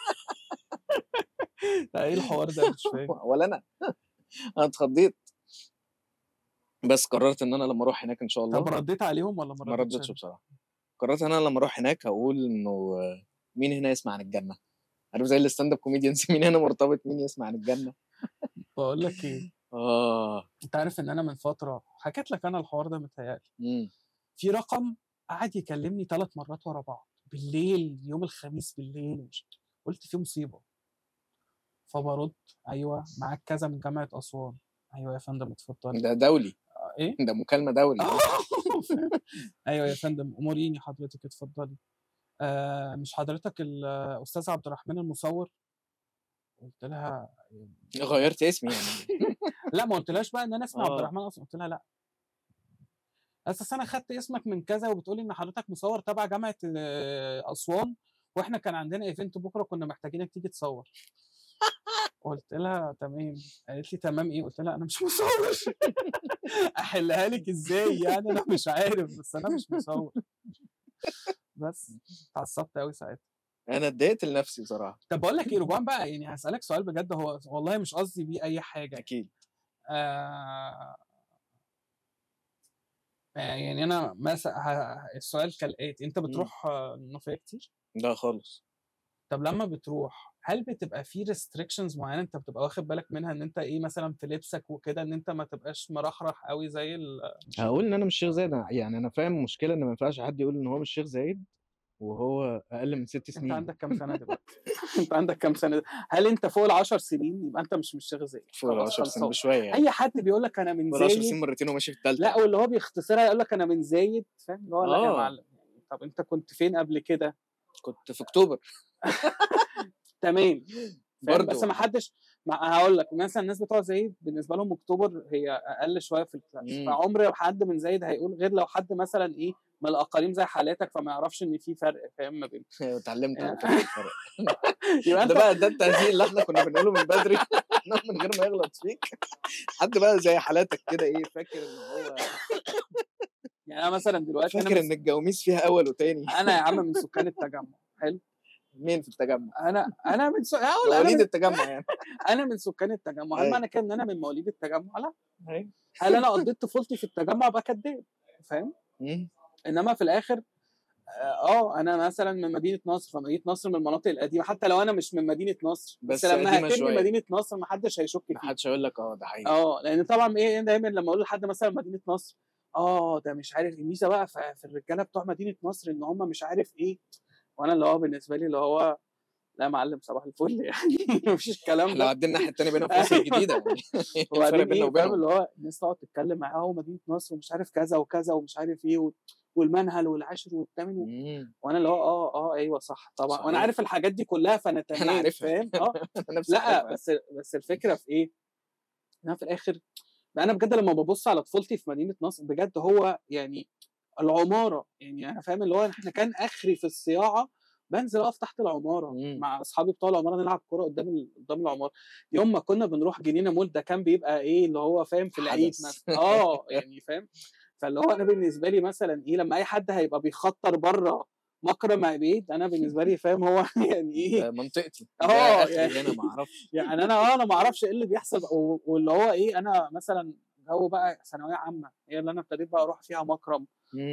ايه الحوار ده؟ مش فاهم. ولا انا اتخضيت، بس قررت ان انا لما اروح هناك ان شاء الله. طب رديت عليهم ولا ما ردتش بصراحه. قررت ان انا لما اروح هناك هقول انه مين هنا يسمع عن الجنه؟ عارف زي الستاند اب كوميديانز، مين هنا مرتبط مين يسمع عن الجنه؟ بقول لك ايه، انت عارف ان انا من فتره حكيت لك انا الحوار ده متهيألي. في رقم قعد يكلمني 3 مرات ورا بعض بالليل، يوم الخميس بالليل، قلت في مصيبه. فبرد، ايوه معاك كذا من جامعه اسوان. ايوه يا فندم اتفضل. ده دولي. ايه ده مكالمه دولي. ايوه يا فندم اموريني حضرتك اتفضلي. مش حضرتك الاستاذ عبد الرحمن المصور؟ قلت لها غيرت اسمي يعني. لا ما قلتلهاش بقى ان انا اسمي عبد الرحمن اصلا، قلت لها لا اساس انا خدت اسمك من كذا، وبتقولي ان حضرتك مصور تبع جامعه اسوان، واحنا كان عندنا ايفنت بكره كنا محتاجينك تيجي تصور. قلت لها تمام. قالت لي تمام ايه؟ قلت لها انا مش مصور. احلها لك ازاي يعني؟ انا مش عارف، بس انا مش مصور. بس اتعصبت قوي ساعتها. انا اتضايقت لنفسي بصراحه. طب بقول لك ايه رجوان بقى، يعني هسالك سؤال بجد، هو والله مش قصدي بيه اي حاجه. اكيد. يعني انا مثلا السؤال كالاتي، انت بتروح المنوفيه كتير؟ لا خالص. طب لما بتروح هل بتبقى في ريستريكشنز معينه انت بتبقى واخد بالك منها، ان انت ايه مثلا في لبسك وكده، ان انت ما تبقاش مرحرح قوي زي هقول ان انا مش شيخ زايد يعني. انا فاهم المشكله ان ما ينفعش حد يقول ان هو مش شيخ زايد وهو اقل من 6 سنين. انت عندك كام سنه دلوقتي؟ انت عندك كام سنه؟ هل انت فوق ال10 سنين؟ يبقى انت مش شيخ زايد. فوق ال10 سنين بشويه يعني. اي حد بيقول لك انا من زايد فوق ال10 سنين مرتين وماشي في الثالثه. لا، واللي هو بيختصرها يقول لك انا من زايد، فاهم؟ اللي هو لا يا معلم. طب انت كنت فين قبل كده؟ كنت في اكتوبر. تمام برضه. بس ما حدش هقول لك مثلا الناس بتوع زايد بالنسبه لهم اكتوبر هي اقل شويه في الكلاس، فعمر حد من زايد هيقول غير لو حد مثلا ايه من الاقاليم زي حالاتك، فما يعرفش ان في فرق، فاهم؟ ما بين اتعلمت على فكره الفرق. يبقى ده بقى ده التهزيق اللي احنا كنا بنقوله من بدري من غير ما يغلط فيك. حد بقى زي حالاتك كده ايه فاكر ان هو يعني انا مثلا دلوقتي فاكر ان الجواميس فيها اول وتاني. انا يا عم من سكان التجمع. حلو. مين في التجمع؟ انا من مواليد التجمع يعني. انا من سكان التجمع. هل معنى كده ان انا من مواليد التجمع؟ لا. هل انا قضيت طفولتي في التجمع؟ ابقى كداب، فاهم؟ انما في الاخر انا مثلا من مدينه نصر، فمدينه نصر من المناطق القديمه، حتى لو انا مش من مدينه نصر، بس لما هتبني مدينه نصر ما حدش هيشك فيه. ما حدش هيقول لك ده حقيقي. لان طبعا ايه دايما لما اقول لحد مثلا مدينه نصر ده مش عارف الميزه بقى في الرجاله بتوع مدينه نصر ان هم مش عارف ايه، وانا اللي هو بالنسبه لي اللي هو لا يا معلم صباح الفل يعني مفيش الكلام احنا لو ده. عدينا الناحيه الثانيه بينا في مصر الجديده يعني ايه الفرق وبعدين بيننا ايه فاهم وبينهم؟ اللي هو الناس تقعد تتكلم معاه مدينه نصر ومش عارف كذا وكذا ومش عارف ايه والمنهل والعاشر والثامن وانا اللي هو ايوه صح طبعا وانا صحيح عارف الحاجات دي كلها فانا انا تمام عارفها فاهم انا نفسي لا عارفها. بس الفكره في ايه؟ انا في الاخر انا بجد لما ببص على طفولتي في مدينه نصر بجد هو يعني العماره، يعني انا فاهم اللي هو احنا كان اخري في الصياعه بنزل اقف تحت العماره مع اصحابي بتوع العماره نلعب كوره قدام العماره. يوم ما كنا بنروح جنينه مول ده كان بيبقى ايه اللي هو فاهم في العيد حدث مثلا يعني فاهم. فاللي هو انا بالنسبه لي مثلا ايه لما اي حد هيبقى بيخطر بره مكرم عبيد انا بالنسبه لي فاهم هو يعني ايه ده منطقتي ده اخري يعني هنا ما اعرفش. يعني انا ما اعرفش ايه اللي بيحصل واللي هو ايه انا مثلا جو بقى ثانويه عامه هي اللي انا ابتديت بقى اروح فيها مكرم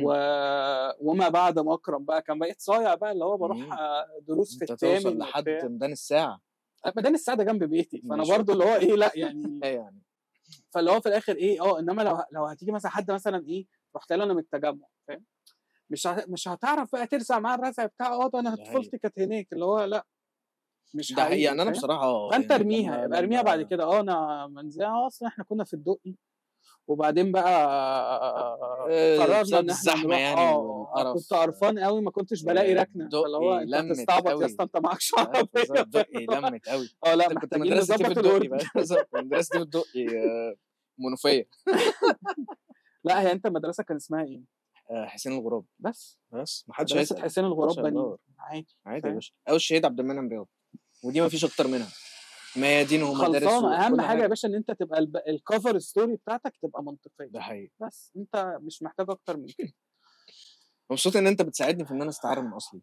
وما بعد مكرم بقى كان بقيت صايع بقى اللي هو بروح دروس في انت توصل الثامن لحد وبتاع. ميدان الساعه. ميدان السعاده جنب بيتي فانا ماشي برضو اللي هو ايه لا يعني يعني فاللي هو في الاخر ايه انما لو هتيجي مثلا حد مثلا ايه رحت له انا من التجمع فاهم مش هتعرف بقى ترزع معاه الرزع بتاع ده انا طفولتي كانت هناك اللي هو لا مش ده حقيقي. حقيقي يعني انا فاهم. بصراحه فانت يعني ارميها يبقى ارميها بعد كده انا منزلها اصلا احنا كنا في الدقي وبعدين بقى قررنا بسبب ان احنا الزحمه نروح يعني كنت والقرف. قرفان قوي ما كنتش بلاقي ركنه فاللي هو دقي انت لمت بتستعبط يا اسطى قوي. انت معكش بالظبط عربيه دقي لمت قوي. لا انت كنت محتاجين مدرستي في نظبط الدقي الورد. بقى مدرستي في الدقي منوفيه. لا هي انت المدرسه كان اسمها ايه؟ حسين الغراب. بس ما حدش مدرسه هيسال. حسين الغراب بنين عادي عادي يا باشا او الشهيد عبد المنعم رياض ودي ما فيش اكتر منها ميادين ومدارس خلصانه. اهم وكل حاجه يا حاجه. باشا ان انت تبقى الكفر ستوري بتاعتك تبقى منطقيه ده حقيقي. بس انت مش محتاج اكتر من كده. مبسوط ان انت بتساعدني في ان انا استعار من اصلي.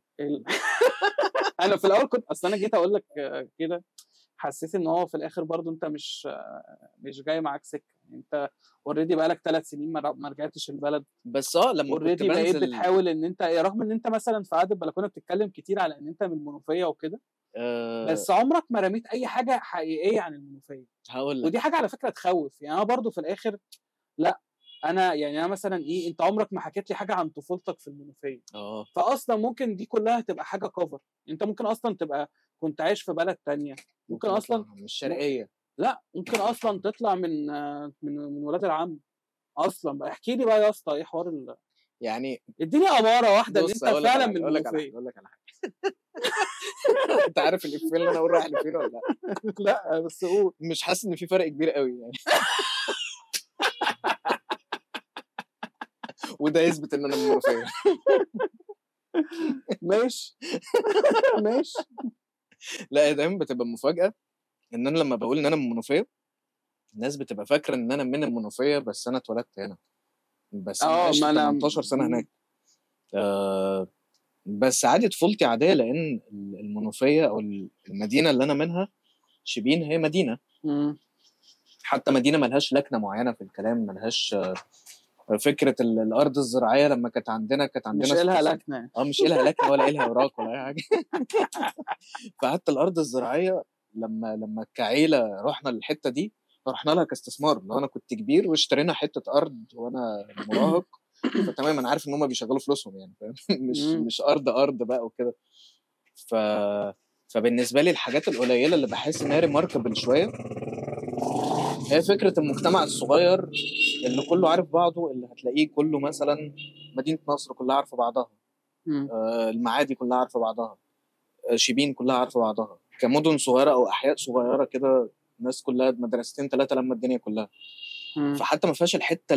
انا في الاول كنت اصل انا جيت اقول لك كده حسيت ان هو في الاخر برضو انت مش جاي معاك سكه انت اوريدي بقالك 3 سنين ما رجعتش البلد بس لما كنت اوريدي بقيت بنزل بتحاول ان انت رغم ان انت مثلا في قعده البلكونه بتتكلم كتير على ان انت من المنوفيه وكده بس عمرك ما رميت اي حاجه حقيقيه عن المنوفيه. هقول لك ودي حاجه على فكره تخوف يعني انا برضو في الاخر لا انا يعني انا مثلا انت عمرك ما حكيت لي حاجه عن طفولتك في المنوفيه فاصلا ممكن دي كلها تبقى حاجه كفر. انت ممكن اصلا تبقى كنت عايش في بلد تانية ممكن اصلا مش شرقيه. لا ممكن اصلا تطلع من ولاد العم اصلا بقى. احكي لي بقى يا اسطى ايه حوار يعني اديني اماره واحده ان انت فعلا من اقول لك على حاجه انت عارف الافيه اللي انا اقول رايح لفين ولا لا؟ لا بس قول. مش حاسس ان في فرق كبير قوي يعني وده يثبت ان انا من المنوفيه. ماشي لا دايما بتبقى مفاجاه ان انا لما بقول ان انا من المنوفيه الناس بتبقى فاكره ان انا من المنوفيه بس انا اتولدت هنا بس انا عشت 18 سنه هناك. بس عادي طفولتي عاديه لان المنوفيه او المدينه اللي انا منها شبين هي مدينه حتى مدينه ملهاش لكنه معينه في الكلام ملهاش فكره الارض الزراعيه لما كانت عندنا مش لها لكنه مش لها لكنه ولا لها اوراق ولا اي حاجه فحتى الارض الزراعيه لما كعيله رحنا للحته دي رحنا لها كاستثمار لو انا كنت كبير واشترينا حته ارض وانا مراهق فتمام انا عارف ان هم بيشغلوا فلوسهم يعني فاهم مش ارض بقى وكده فبالنسبه لي الحاجات القليله اللي بحس انها ريماركبل شويه هي فكره المجتمع الصغير اللي كله عارف بعضه اللي هتلاقيه كله مثلا مدينه نصر كلها عارفه بعضها المعادي كلها عارفه بعضها شبين كلها عارفه بعضها كمدن صغيره او احياء صغيره كده الناس كلها مدرستين 3 لما الدنيا كلها فحتى ما فيهاش الحته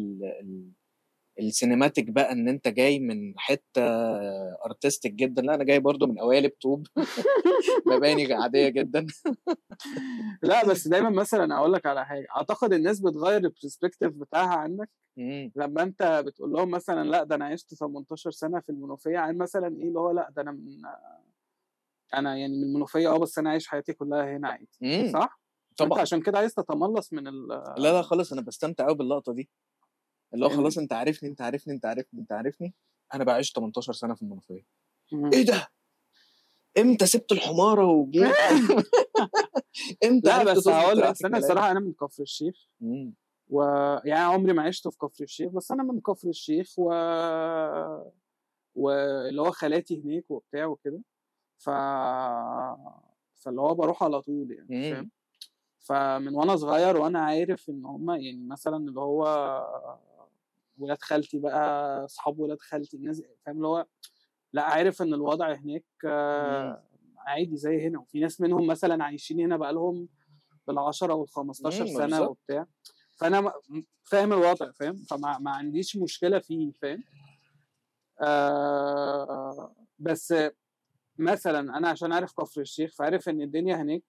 السينماتيك بقى ان انت جاي من حته ارتستيك جدا لا انا جاي برضو من قوالب طوب مباني عاديه جدا لا بس دايما مثلا اقول لك على حاجه اعتقد الناس بتغير البرسبكتيف بتاعها عنك لما انت بتقول لهم مثلا لا ده انا عشت 18 سنه في المنوفيه عن مثلا ايه اللي هو لا ده انا يعني من المنوفيه بس انا عايش حياتي كلها هنا عادي صح؟ طبعا انت عشان كده عايز تتملص من لا خالص انا بستمتع قوي باللقطه دي اللي هو خلاص انت عارفني انا بقى عشت 18 سنه في المنوفيه ايه ده امتى سبت الحماره وجيت امتى لا بس هقول لك انا الصراحه انا من كفر الشيخ ويعني عمري ما عشت في كفر الشيخ، بس انا من كفر الشيخ واللي هو خالاتي هناك وبتاع وكده، فاللي هو بروح على طول يعني فاهم. فمن وانا صغير وانا عارف ان هم يعني مثلا اللي هو ولاد خالتي بقى، اصحاب ولاد خالتي، الناس فاهم اللي هو لا عارف ان الوضع هناك عادي زي هنا، وفي ناس منهم مثلا عايشين هنا بقى لهم بال10 وال15 سنه وبتاع، فانا فاهم الوضع فاهم، فما عنديش مشكله فيه فاهم. بس مثلا انا عشان عارف كفر الشيخ فعارف ان الدنيا هناك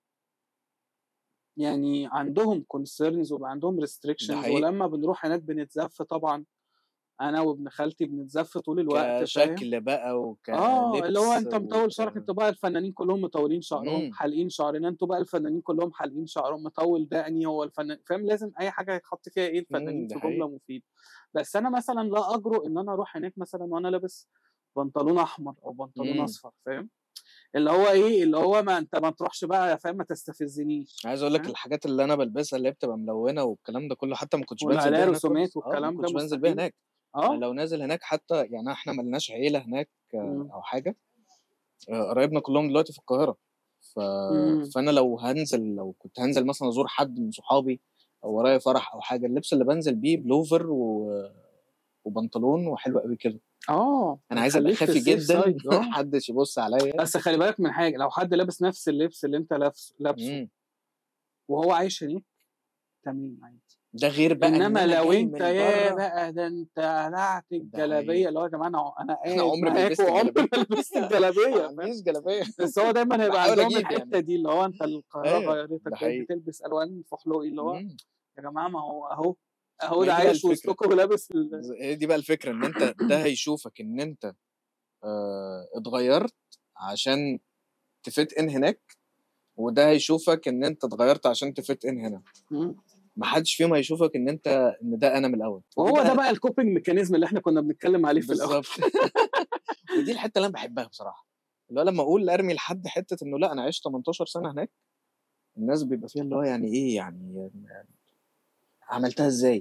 يعني عندهم كونسيرنز وبقى عندهم ريستريكشنز، ولما بنروح هناك بنتزف طبعا، انا وابن خالتي بنتزف طول الوقت كشكل بقى وكلبس اللي هو انت مطول شعرك، انتوا بقى الفنانين كلهم مطولين شعرهم حالقين شعرنا، انتوا بقى الفنانين كلهم حالقين شعرهم، مطول دقني هو الفنان فاهم، لازم اي حاجه يتحط فيها ايه الفنانين في جمله مفيده. بس انا مثلا لا اجرؤ ان انا اروح هناك مثلا وانا لابس بنطلون احمر او بنطلون اصفر فاهم، اللي هو ايه اللي هو ما انت ما تروحش بقى فاهم، ما تستفزنيش. عايز اقول لك الحاجات اللي انا بلبسها اللي هي بتبقى ملونه والكلام ده كله حتى ما كنتش بنزل بيها رسومات والكلام ده، ما كنتش بنزل بيها هناك. لو نازل هناك حتى يعني احنا ملناش عيله هناك او حاجه، قرايبنا كلهم دلوقتي في القاهره، فانا لو كنت هنزل مثلا ازور حد من صحابي او ورايا فرح او حاجه، اللبس اللي بنزل بيه بلوفر وبنطلون وحلو قوي كده. انا عايز ابقى خافي جدا محدش يبص عليا. بس خلي بالك من حاجه، لو حد لابس نفس اللبس اللي انت لابسه وهو عايش هناك تمام عادي، ده غير بقى انما لو انت يا بقى ده انت قلعت الجلابيه، اللي هو يا جماعه انا عمري ما لبست الجلابيه ما عنديش جلابيه، بس هو دايما هيبقى عندهم الحته يعني دي اللي هو انت القاهره غيرتك بتلبس الوان فحلوقي، اللي هو يا جماعه ما هو اهو ده عايش وسطكم ولابس هي دي بقى الفكره، ان انت ده هيشوفك ان انت اتغيرت عشان تفيت ان هناك، وده هيشوفك ان انت اتغيرت عشان تفيت ان هنا. ما حدش فيهم هيشوفك ان ده انا من الاول. وهو ده بقى الكوبينج ميكانيزم اللي احنا كنا بنتكلم عليه في الاول. ودي الحته اللي انا بحبها بصراحه، اللي هو لما اقول ارمي لحد حته انه لا انا عشت 18 سنه هناك، الناس بيبقى فيها اللي هو يعني ايه يعني عملتها ازاي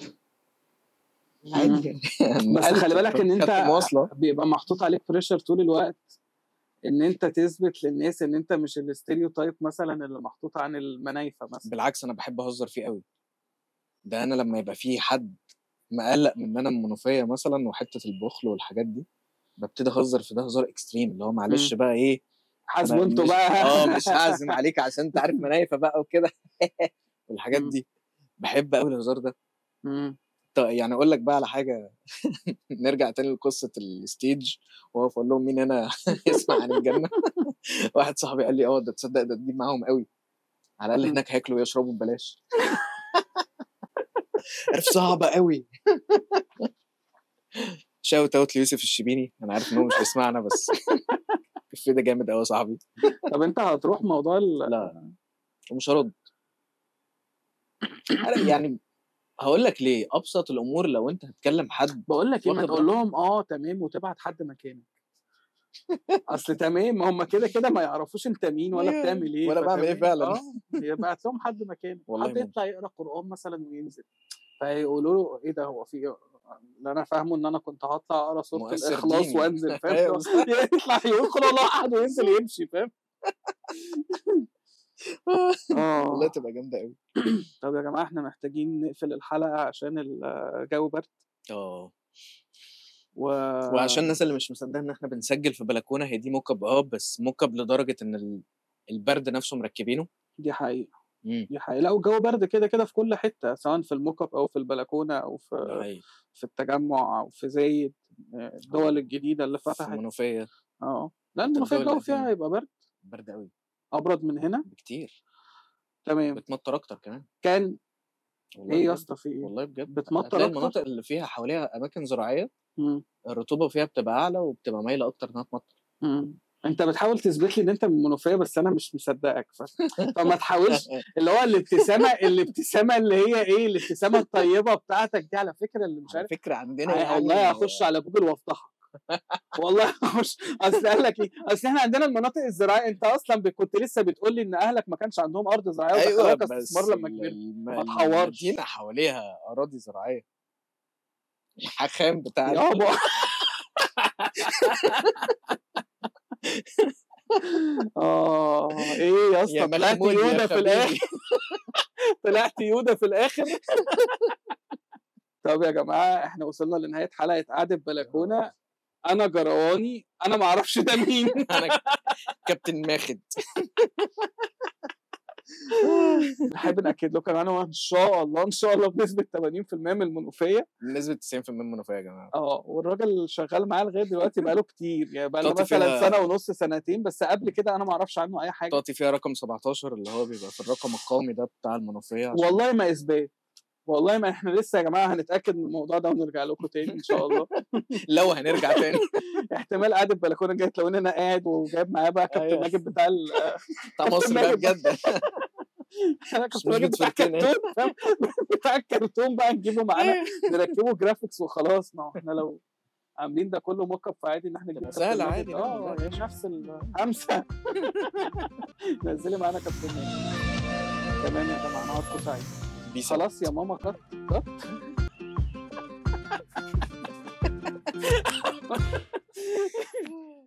عادي. بس خلي بالك ان انت بيبقى محطوط عليك بريشر طول الوقت ان انت تثبت للناس ان انت مش الاستيريوتايب مثلا اللي محطوط عن المنايفه مثلا. بالعكس انا بحب اهزر فيه قوي ده. انا لما يبقى فيه حد مقلق من انا المنوفيه مثلا وحته البخل والحاجات دي، ببتدي اهزر في ده هزار اكستريم، اللي هو معلش بقى ايه حاسبوا انتوا بقى مش هعزم عليك عشان انت عارف منايفه بقى وكده والحاجات دي. بحب قوي الهزار ده. يعني اقول لك بقى على حاجه نرجع تاني لقصه الستيج، واقف اقول لهم مين انا يسمع عن الجنه. واحد صاحبي قال لي ده تصدق ده تجيب معاهم قوي، على الاقل هناك هياكلوا ويشربوا ببلاش. عارف صعبه قوي. شاوت اوت ليوسف الشبيني، انا عارف ان هو مش بيسمعنا بس الفيديو ده جامد قوي يا صاحبي. طب انت هتروح موضوع لا ومش هرد. يعني هقول لك ليه، ابسط الامور لو انت هتكلم حد بقول لك ايه، ما تقول لهم تمام وتبعت حد مكانك. اصل تمام هم كده ما يعرفوش انت مين ولا بتعمل ايه ولا بعمل ايه فعلا. يبعت لهم حد مكانك، حد يطلع يقرا قرآن مثلا وينزل، فيقولوا له ايه ده، هو في اللي انا فاهمه ان انا كنت هطلع اقرا سوره الاخلاص وانزل فاهم. يطلع يدخل الله احد وينزل يمشي فاهم. والله تبقى جامده قوي. طب يا جماعه احنا محتاجين نقفل الحلقه عشان الجو برد. وعشان الناس اللي مش مصدقه ان احنا بنسجل في بلكونه، هي دي موكب بس موكب لدرجه ان البرد نفسه مركبينه. دي حقيقه. دي حقيقه. لا والجو برد كده في كل حته، سواء في الموكب او في البلكونه او في التجمع او في زايد، الدول الجديده اللي فتحت. في المنوفيه. لا المنوفيه الجو فيها هيبقى برد قوي، ابرد من هنا بكتير. تمام. بتمطر اكتر كمان. كان ايه يا اسطى في ايه؟ والله بجد بتمطر اكتر. المناطق اللي فيها حواليها اماكن زراعيه الرطوبه فيها بتبقى اعلى وبتبقى مايله اكتر انها تمطر. انت بتحاول تثبت لي ان انت من المنوفيه، بس انا مش مصدقك فما تحاولش. اللي هو الابتسامه اللي هي ايه، الابتسامه الطيبه بتاعتك دي على فكره اللي مش عارف. فكره عندنا يعني والله هخش على جوجل وافضحك. والله مش اصل قال لك ايه، اصل احنا عندنا المناطق الزراعيه، انت اصلا كنت لسه بتقول لي ان اهلك ما كانش عندهم ارض زراعيه ايوه ودخلوك استثمار بس لما كبرت. ما تحورش المدينه حواليها اراضي زراعيه، الحاخام بتاع يابا. ايه يا يا اسطى، طلعت محمود يا يودا في الاخر. خبيبي. طلعت يودا في الاخر. طب يا جماعه احنا وصلنا لنهايه حلقه قعده بلكونه. انا جرواني، انا ما اعرفش ده مين. انا كابتن ماخد. نحب ناكد لكم انا ان شاء الله بنسبه 80% من المنوفيه، بنسبه 90% من المنوفيه يا جماعه. والراجل شغال معايا لغايه دلوقتي بقاله كتير، يعني بقى له تعطي مثلا فيها سنه ونص سنتين، بس قبل كده انا ما اعرفش عنه اي حاجه. تعطي فيها رقم 17 اللي هو بيبقى في الرقم القومي ده بتاع المنوفيه عشان والله ما اثبات، والله ما احنا لسه يا جماعه هنتاكد من الموضوع ده ونرجع لكم تاني ان شاء الله. لو هنرجع تاني. احتمال قعده بلكونه جايه تلاقوني انا قاعد وجايب معايا بقى كابتن أيوه. ماجد بتاع بتاع كابتن مصر بقى ماجد بجد. انا مش كابتن ماجد بتاع بتفركنا. كرتون، فاهم؟ بتاع الكرتون بقى نجيبه معانا نركبه جرافيكس وخلاص. ما هو احنا لو عاملين ده كله موك اب فعادي ان احنا نجيب تبقى كابتن سهلة ماجد. عادي نعمل ده. هي نفس الهمسه. نزلي معانا كابتن ماجد. تمام يا جماعه، نهاركم سعيد. خلاص يا ماما كت